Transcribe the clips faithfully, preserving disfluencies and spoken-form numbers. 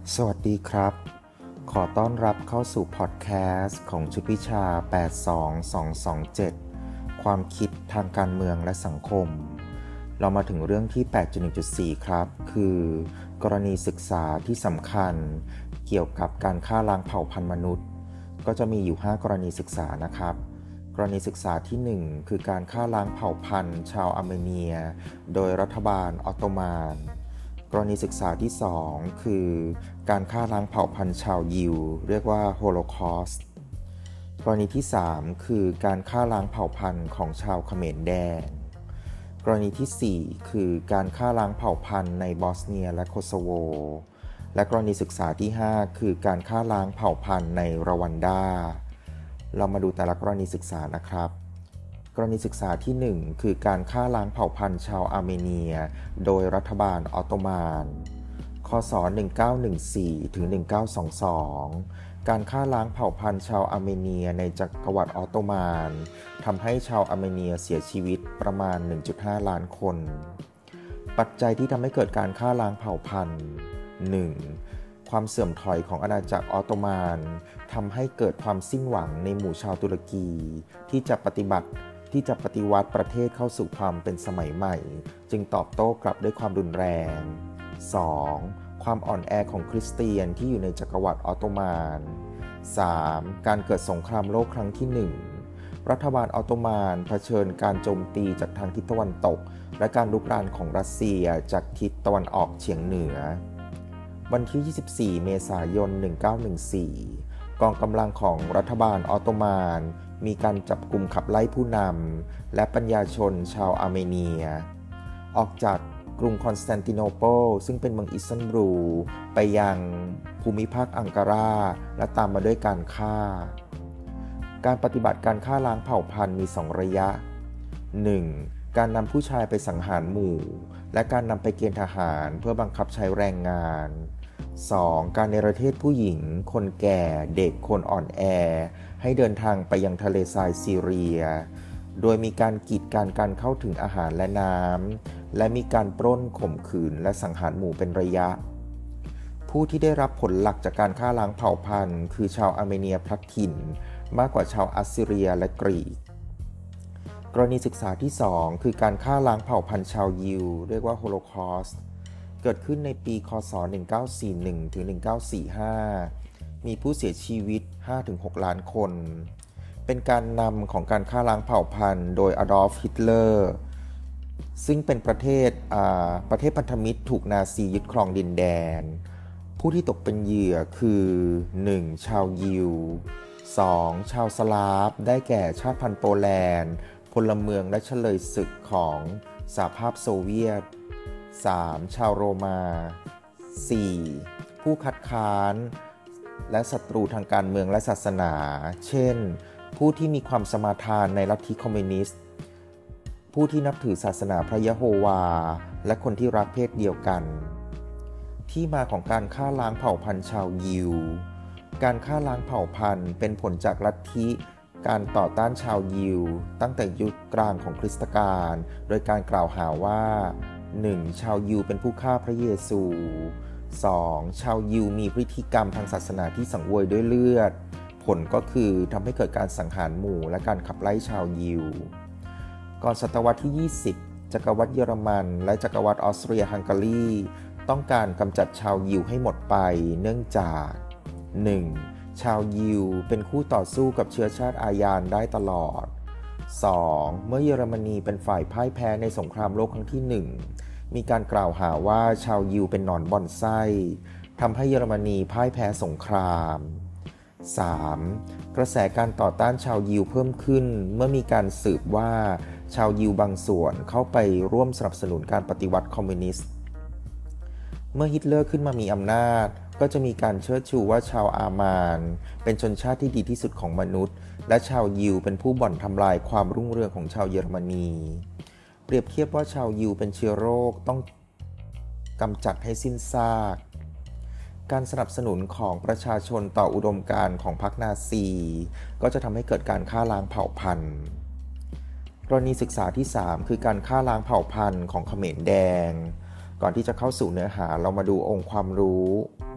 สวัสดีครับขอต้อนรับเข้าสู่พอดแคสต์ของชุดวิชาแปด สอง สอง สอง เจ็ดความคิดทางการเมืองและสังคมเรามาถึงเรื่องที่ แปดจุดหนึ่งจุดสี่ ครับคือกรณีศึกษาที่สำคัญเกี่ยวกับการฆ่าล้างเผ่าพันธุ์มนุษย์ก็จะมีอยู่ห้ากรณีศึกษานะครับกรณีศึกษาที่หนึ่งคือการฆ่าล้างเผ่าพันธุ์ชาวอาร์เมเนียโดยรัฐบาลออตโตมันกรณีศึกษาที่สองคือการฆ่าล้างเผ่าพันธุ์ชาวยิวเรียกว่าโฮโลคอสต์กรณีที่สามคือการฆ่าล้างเผ่าพันธุ์ของชาวเขมรแดงกรณีที่สี่คือการฆ่าล้างเผ่าพันธุ์ในบอสเนียและโคโซโวและกรณีศึกษาที่ห้าคือการฆ่าล้างเผ่าพันธุ์ในรวันดาเรามาดูแต่ละกรณีศึกษานะครับกรณีศึกษาที่หนึ่งคือการฆ่าล้างเผ่าพันธุ์ชาวอาร์เมเนียโดยรัฐบาลออตโตมันค.ศ. หนึ่งพันเก้าร้อยสิบสี่ถึงหนึ่งพันเก้าร้อยยี่สิบสองการฆ่าล้างเผ่าพันธุ์ชาวอาร์เมเนียในจักรวรรดิออตโตมันทำให้ชาวอาร์เมเนียเสียชีวิตประมาณ หนึ่งจุดห้า ล้านคน ปัจจัยที่ทำให้เกิดการฆ่าล้างเผ่าพันธุ์ หนึ่ง. ความเสื่อมถอยของอาณาจักรออตโตมันทำให้เกิดความสิ้นหวังในหมู่ชาวตุรกีที่จะปฏิบัติที่จะปฏิวัติประเทศเข้าสู่ความเป็นสมัยใหม่จึงตอบโต้กลับด้วยความรุนแรง สอง. ความอ่อนแอของคริสเตียนที่อยู่ในจักรวรรดิออตโตมัน สาม. การเกิดสงครามโลกครั้งที่หนึ่งรัฐบาลออตโตมันเผชิญการโจมตีจากทางทิศตะวันตกและการลุกรานของรัสเซียจากทิศตะวันออกเฉียงเหนือวันที่ยี่สิบสี่เมษายนหนึ่งพันเก้าร้อยสิบสี่กองกำลังของรัฐบาลออตโตมันมีการจับกุมขับไล่ผู้นำและปัญญาชนชาวอาร์เมเนียออกจากกรุงคอนสแตนติโนเปิลซึ่งเป็นเมืองอิสตันบูลไปยังภูมิภาคอังการาและตามมาด้วยการฆ่าการปฏิบัติการฆ่าล้างเผ่าพันธุ์มีสองระยะ หนึ่ง. การนำผู้ชายไปสังหารหมู่และการนำไปเกณฑ์ทหารเพื่อบังคับใช้แรงงาน สอง. การเนรเทศผู้หญิงคนแก่เด็กคนอ่อนแอให้เดินทางไปยังทะเลทรายซีเรียโดยมีการกีดกันการเข้าถึงอาหารและน้ำและมีการปล้นข่มขืนและสังหารหมู่เป็นระยะผู้ที่ได้รับผลหลักจากการฆ่าล้างเผ่าพันธุ์คือชาวอาร์เมเนียพลัดถิ่นมากกว่าชาวอัสซีเรียและกรีกกรณีศึกษาที่สองคือการฆ่าล้างเผ่าพันธุ์ชาวยิวเรียกว่าโฮโลคอสต์เกิดขึ้นในปีค.ศ. หนึ่งพันเก้าร้อยสี่สิบเอ็ดถึงหนึ่งพันเก้าร้อยสี่สิบห้ามีผู้เสียชีวิต ห้าถึงหก ล้านคนเป็นการนำของการฆ่าล้างเผ่าพันธุ์โดยอดอล์ฟฮิตเลอร์ซึ่งเป็นประเทศประเทศพันธมิตรถูกนาซียึดครองดินแดนผู้ที่ตกเป็นเหยื่อคือ หนึ่ง. ชาวยิว สอง. ชาวสลาฟได้แก่ชาติพันธุ์โปแลนด์พลเมืองและเฉลยศึกของสหภาพโซเวียต สาม. ชาวโรมา สี่. ผู้คัดค้านและศัตรูทางการเมืองและศาสนาเช่นผู้ที่มีความสมาทานในลัทธิคอมมิวนิสต์ผู้ที่นับถือศาสนาพระยะโฮวาและคนที่รักเพศเดียวกันที่มาของการฆ่าล้างเผ่าพันธุ์ชาวยิวการฆ่าล้างเผ่าพันธุ์เป็นผลจากลัทธิการต่อต้านชาวยิวตั้งแต่ยุคกลางของคริสตกาลโดยการกล่าวหาว่า หนึ่ง. ชาวยิวเป็นผู้ฆ่าพระเยซู สอง. ชาวยิวมีพฤติกรรมทางศาสนาที่สังเวยด้วยเลือดผลก็คือทำให้เกิดการสังหารหมู่และการขับไล่ชาวยิวก่อนศตวรรษที่ยี่สิบจักรวรรดิเยอรมันและจักรวรรดิออสเตรียฮังการีต้องการกำจัดชาวยิวให้หมดไปเนื่องจาก หนึ่ง. ชาวยิวเป็นคู่ต่อสู้กับเชื้อชาติอาร์ยานได้ตลอด สอง. เมื่อเยอรมนีเป็นฝ่ายพ่ายแพ้ในสงครามโลกครั้งที่หนึ่งมีการกล่าวหาว่าชาวยิวเป็นหนอนบ่อนไส้ทำให้เยอรมนีพ่ายแพ้สงคราม สาม. กระแสการต่อต้านชาวยิวเพิ่มขึ้นเมื่อมีการสืบว่าชาวยิวบางส่วนเข้าไปร่วมสนับสนุนการปฏิวัติคอมมิวนิสต์เมื่อฮิตเลอร์ขึ้นมามีอำนาจก็จะมีการเชิดชูว่าชาวอาร์มานเป็นชนชาติที่ดีที่สุดของมนุษย์และชาวยิวเป็นผู้บ่อนทำลายความรุ่งเรืองของชาวเยอรมนีเปรียบเทียบว่าชาวยิวเป็นเชื้อโรคต้องกำจัดให้สิ้นซากการสนับสนุนของประชาชนต่ออุดมการณ์ของพรรคนาซีก็จะทำให้เกิดการฆ่าล้างเผ่าพันธุ์กรณีศึกษาที่สามคือการฆ่าล้างเผ่าพันธุ์ของเขมรแดงก่อนที่จะเข้าสู่เนื้อหาเรามาดูองค์ความรู้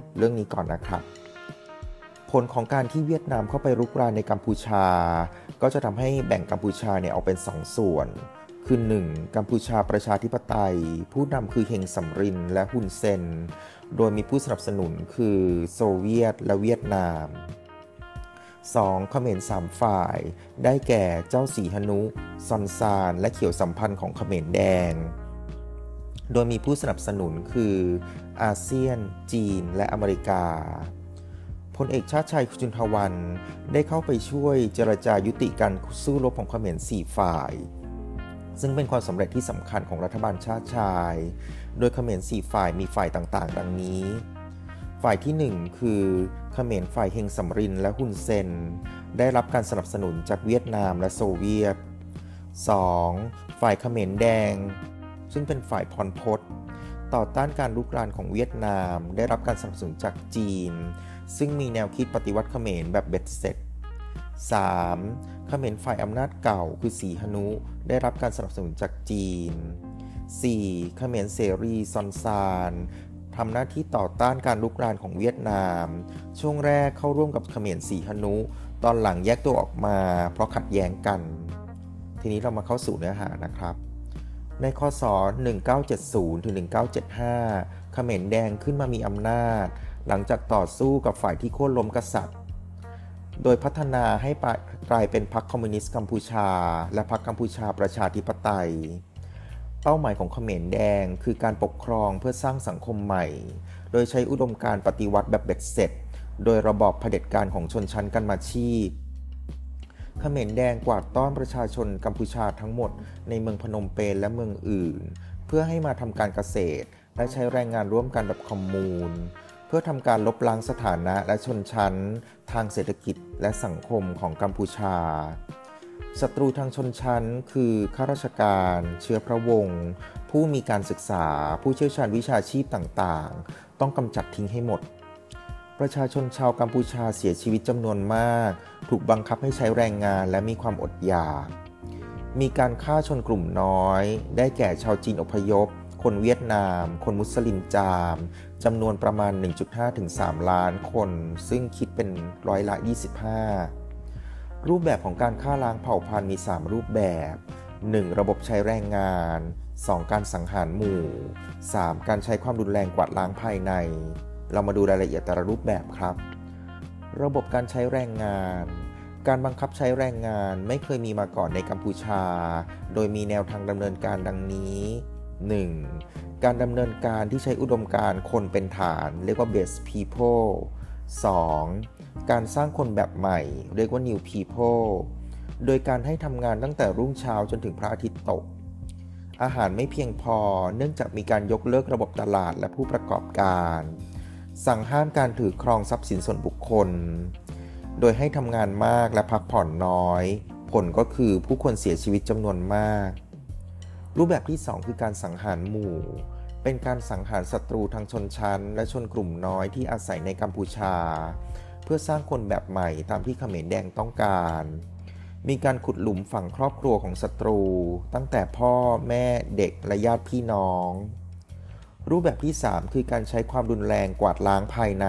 เรื่องนี้ก่อนนะครับผลของการที่เวียดนามเข้าไปรุกรานในกัมพูชาก็จะทำให้แบ่งกัมพูชาเนี่ยออกเป็นสองส่วนคือหนึ่งกัมพูชาประชาธิปไตยผู้นำคือเฮงสัมรินและฮุนเซนโดยมีผู้สนับสนุนคือโซเวียตและเวียดนามสองเขมรสามฝ่ายได้แก่เจ้าสีหนุซอนซานและเขียวสัมพันธ์ของเขมรแดงโดยมีผู้สนับสนุนคืออาเซียนจีนและอเมริกาพลเอกชาติชัยชุนทวันได้เข้าไปช่วยเจรจายุติการสู้รบของเขมรสี่ฝ่ายซึ่งเป็นความสำเร็จที่สำคัญของรัฐบาลชาติชายโดยเขมรสี่ฝ่ายมีฝ่ายต่างๆดังนี้ฝ่ายที่หนึ่งคือเขมรฝ่ายเฮงสัมรินและฮุนเซนได้รับการสนับสนุนจากเวียดนามและโซเวียต สอง. ฝ่ายเขมรแดงซึ่งเป็นฝ่ายพรพตต่อต้านการรุกรานของเวียดนามได้รับการสนับสนุนจากจีนซึ่งมีแนวคิดปฏิวัติเขมรแบบเบ็ดเสร็จ สาม. เขมรฝ่ายอำนาจเก่าคือสีหนุได้รับการสนับสนุนจากจีน สี่. เขมรเสรีซอนซานทำหน้าที่ต่อต้านการรุกรานของเวียดนามช่วงแรกเข้าร่วมกับเขมรสีหนุตอนหลังแยกตัวออกมาเพราะขัดแย้งกันทีนี้เรามาเข้าสู่เนื้อหานะครับในค.ศ. หนึ่งพันเก้าร้อยเจ็ดสิบ ถึง หนึ่งพันเก้าร้อยเจ็ดสิบห้าเขมรแดงขึ้นมามีอำนาจหลังจากต่อสู้กับฝ่ายที่โค่นล้มกษัตริย์โดยพัฒนาให้กลายเป็นพรรคคอมมิวนิสต์กัมพูชาและพรรคกัมพูชาประชาธิปไตยเป้าหมายของเขมรแดงคือการปกครองเพื่อสร้างสังคมใหม่โดยใช้อุดมการณ์ปฏิวัติแบบเบ็ดเสร็จโดยระบอบเผด็จการของชนชั้นกำมะชีพเขมรแดงกวาดต้อนประชาชนกัมพูชาทั้งหมดในเมืองพนมเปญและเมืองอื่นเพื่อให้มาทำการเกษตรและใช้แรงงานร่วมกันแบบคอมมูนเพื่อทำการลบล้างสถานะและชนชั้นทางเศรษฐกิจและสังคมของกัมพูชาศัตรูทางชนชั้นคือข้าราชการเชื้อพระวงศ์ผู้มีการศึกษาผู้เชี่ยวชาญวิชาชีพต่างๆต้องกำจัดทิ้งให้หมดประชาชนชาวกัมพูชาเสียชีวิตจำนวนมากถูกบังคับให้ใช้แรงงานและมีความอดอยากมีการฆ่าชนกลุ่มน้อยได้แก่ชาวจีนอพยพคนเวียดนามคนมุสลิมจามจำนวนประมาณ หนึ่งจุดห้า ถึง สาม ล้านคนซึ่งคิดเป็นร้อยละ ยี่สิบห้า รูปแบบของการฆ่าล้างเผ่าพันธุ์มี สาม รูปแบบ หนึ่ง ระบบใช้แรงงาน สอง การสังหารหมู่ สาม การใช้ความรุนแรงกวาดล้างภายในเรามาดูรายละเอียดแต่ละรูปแบบครับระบบการใช้แรงงานการบังคับใช้แรงงานไม่เคยมีมาก่อนในกัมพูชาโดยมีแนวทางดำเนินการดังนี้ หนึ่ง การดำเนินการที่ใช้อุดมการณ์คนเป็นฐานเรียกว่า base people สอง การสร้างคนแบบใหม่เรียกว่า new people โดยการให้ทำงานตั้งแต่รุ่งเช้าจนถึงพระอาทิตย์ตกอาหารไม่เพียงพอเนื่องจากมีการยกเลิกระบบตลาดและผู้ประกอบการสั่งห้ามการถือครองทรัพย์สินส่วนบุคคลโดยให้ทำงานมากและพักผ่อนน้อยผลก็คือผู้คนเสียชีวิตจำนวนมากรูปแบบที่สองคือการสังหารหมู่เป็นการสังหารศัตรูทางชนชั้นและชนกลุ่มน้อยที่อาศัยในกัมพูชาเพื่อสร้างคนแบบใหม่ตามที่เขมรแดงต้องการมีการขุดหลุมฝังครอบครัวของศัตรูตั้งแต่พ่อแม่เด็กและญาติพี่น้องรูปแบบที่สามคือการใช้ความรุนแรงกวาดล้างภายใน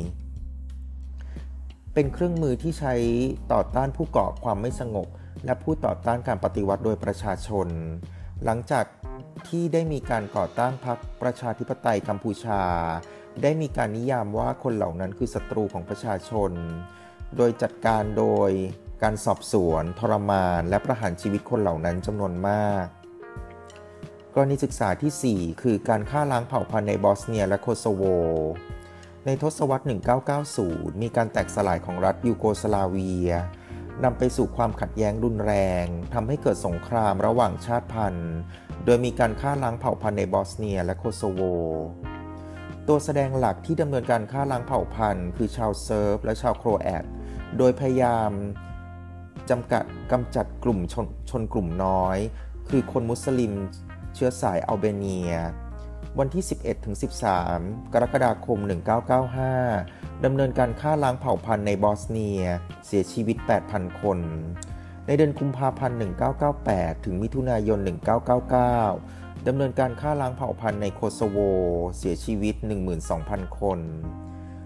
เป็นเครื่องมือที่ใช้ต่อต้านผู้ก่อความไม่สงบและผู้ต่อต้านการปฏิวัติโดยประชาชนหลังจากที่ได้มีการก่อตั้งพรรคประชาธิปไตยกัมพูชาได้มีการนิยามว่าคนเหล่านั้นคือศัตรูของประชาชนโดยจัดการโดยการสอบสวนทรมานและประหารชีวิตคนเหล่านั้นจำนวนมากกรณีศึกษาที่สี่คือการฆ่าล้างเผ่าพันธุ์ในบอสเนียและโคโซโวในทศวรรษหนึ่งพันเก้าร้อยเก้าสิบมีการแตกสลายของรัฐยูโกสลาเวียนำไปสู่ความขัดแย้งรุนแรงทำให้เกิดสงครามระหว่างชาติพันธุ์โดยมีการฆ่าล้างเผ่าพันธุ์ในบอสเนียและโคโซโวตัวแสดงหลักที่ดำเนินการฆ่าล้างเผ่าพันธุ์คือชาวเซิร์ฟและชาวโครแอตโดยพยายามจำกัดกำจัดกลุ่มชนชนกลุ่มน้อยคือคนมุสลิมเชื้อสายอัลเบเนียวันที่ สิบเอ็ดถึงสิบสาม กรกฎาคม หนึ่งพันเก้าร้อยเก้าสิบห้าดำเนินการฆ่าล้างเผ่าพันธุ์ในบอสเนียเสียชีวิต แปดพัน คนในเดือนกุมภาพันธ์ หนึ่งพันเก้าร้อยเก้าสิบแปด ถึงมิถุนายน หนึ่งพันเก้าร้อยเก้าสิบเก้าดำเนินการฆ่าล้างเผ่าพันธุ์ในโคโซโวเสียชีวิต หนึ่งหมื่นสองพัน คน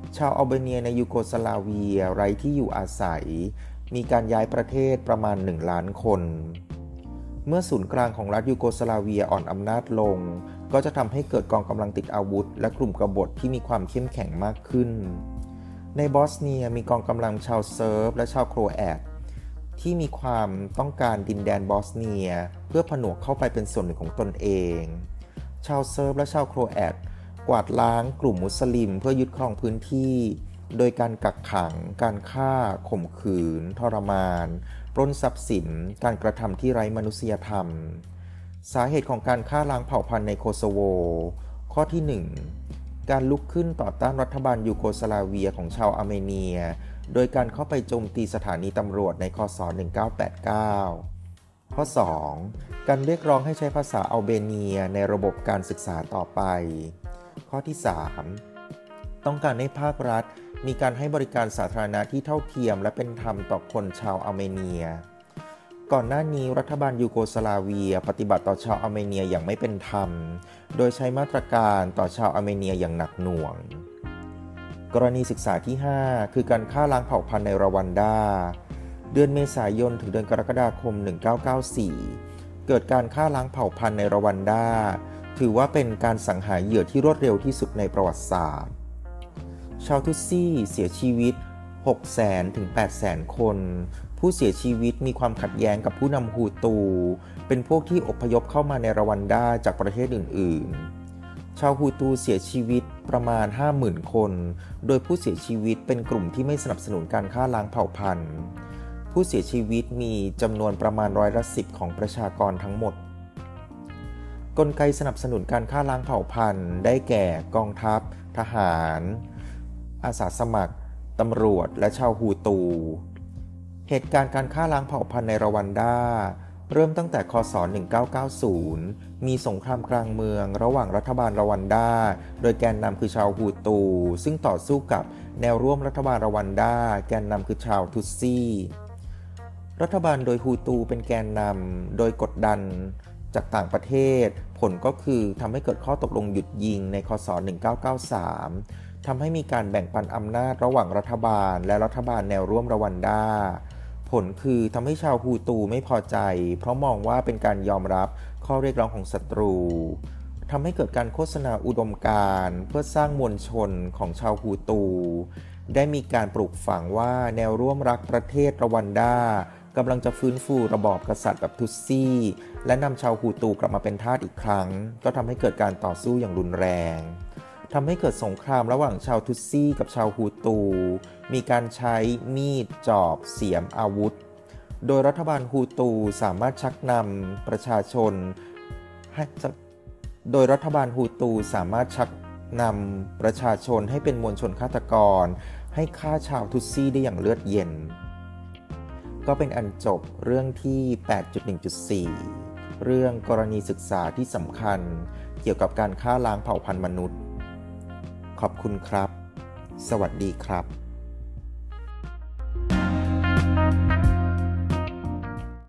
ชาวอัลเบเนียในยูโกสลาเวียไร้ที่อยู่อาศัยมีการย้ายประเทศประมาณหนึ่งล้านคนเมื่อศูนย์กลางของรัฐยูโกสลาเวียอ่อนอำนาจลงก็จะทำให้เกิดกองกำลังติดอาวุธและกลุ่มกบฏที่มีความเข้มแข็งมากขึ้นในบอสเนียมีกองกำลังชาวเซิร์ฟและชาวโครแอตที่มีความต้องการดินแดนบอสเนียเพื่อผนวกเข้าไปเป็นส่วนหนึ่งของตนเองชาวเซิร์ฟและชาวโครแอตกวาดล้างกลุ่มมุสลิมเพื่อยึดครองพื้นที่โดยการกักขังการฆ่าข่มขืนทรมานปล้นทรัพย์สินการกระทำที่ไร้มนุษยธรรมสาเหตุของการฆ่าล้างเผ่าพันธุ์ในโคโซโวข้อที่หนึ่งการลุกขึ้นต่อต้านรัฐบาลยูโกสลาเวียของชาวอาร์เมเนียโดยการเข้าไปโจมตีสถานีตำรวจในคศหนึ่งเก้าแปดเก้าข้อสองการเรียกร้องให้ใช้ภาษาอัลเบเนียในระบบการศึกษาต่อไปข้อที่สามต้องการให้ภาครัฐมีการให้บริการสาธารณะที่เท่าเทียมและเป็นธรรมต่อคนชาวอาร์เมเนียก่อนหน้านี้รัฐบาลยูโกสลาเวียปฏิบัติต่อชาวอาร์เมเนียอย่างไม่เป็นธรรมโดยใช้มาตรการต่อชาวอาร์เมเนียอย่างหนักหน่วงกรณีศึกษาที่ห้าคือการฆ่าล้างเผ่าพันธุ์ในรวันดาเดือนเมษายนถึงเดือนกรกฎาคมหนึ่งเก้าเก้าสี่เกิดการฆ่าล้างเผ่าพันธุ์ในรวันดาถือว่าเป็นการสังหารเหยื่อที่รวดเร็วที่สุดในประวัติศาสตร์ชาวทุตซี่เสียชีวิต หกแสน ถึง แปดแสน คนผู้เสียชีวิตมีความขัดแย้งกับผู้นำฮูตูเป็นพวกที่อพยพเข้ามาในรวันดาจากประเทศอื่นๆชาวฮูตูเสียชีวิตประมาณ ห้าหมื่น คนโดยผู้เสียชีวิตเป็นกลุ่มที่ไม่สนับสนุนการฆ่าล้างเผ่าพันธุ์ผู้เสียชีวิตมีจำนวนประมาณร้อยละสิบของประชากรทั้งหมดกลไกสนับสนุนการฆ่าล้างเผ่าพันธุ์ได้แก่กองทัพทหารอาสาสมัครตำรวจและชาวฮูตูเหตุการณ์การฆ่าล้างเผ่าพันธุ์ในรวันดาเริ่มตั้งแต่คศหนึ่งเก้าเก้าศูนย์มีสงครามกลางเมืองระหว่างรัฐบาลรวันดาโดยแกนนำคือชาวฮูตูซึ่งต่อสู้กับแนวร่วมรัฐบาลรวันดาแกนนำคือชาวทุตซี่รัฐบาลโดยฮูตูเป็นแกนนำโดยกดดันจากต่างประเทศผลก็คือทำให้เกิดข้อตกลงหยุดยิงในคศหนึ่งเก้าเก้าสามทำให้มีการแบ่งปันอำนาจระหว่างรัฐบาลและรัฐบาลแนวร่วมรวันดาผลคือทำให้ชาวฮูตูไม่พอใจเพราะมองว่าเป็นการยอมรับข้อเรียกร้องของศัตรูทำให้เกิดการโฆษณาอุดมการณ์เพื่อสร้างมวลชนของชาวฮูตูได้มีการปลูกฝังว่าแนวร่วมรักประเทศรวันดากำลังจะฟื้นฟูระบอบกษัตริย์แบบทุตซี่และนำชาวฮูตูกลับมาเป็นทาสอีกครั้งก็ทำให้เกิดการต่อสู้อย่างรุนแรงทำให้เกิดสงครามระหว่างชาวทุตซี่กับชาวฮูตูมีการใช้มีดจอบเสียมอาวุธโดยรัฐบาลฮูตูสามารถชักนำประชาชนให้โดยรัฐบาลฮูตูสามารถชักนำประชาชนให้เป็นมวลชนฆาตกรให้ฆ่าชาวทุตซี่ได้อย่างเลือดเย็นก็เป็นอันจบเรื่องที่ แปดจุดหนึ่งจุดสี่ เรื่องกรณีศึกษาที่สำคัญเกี่ยวกับการฆ่าล้างเผ่าพันธุ์มนุษย์ขอบคุณครับสวัสดีครับ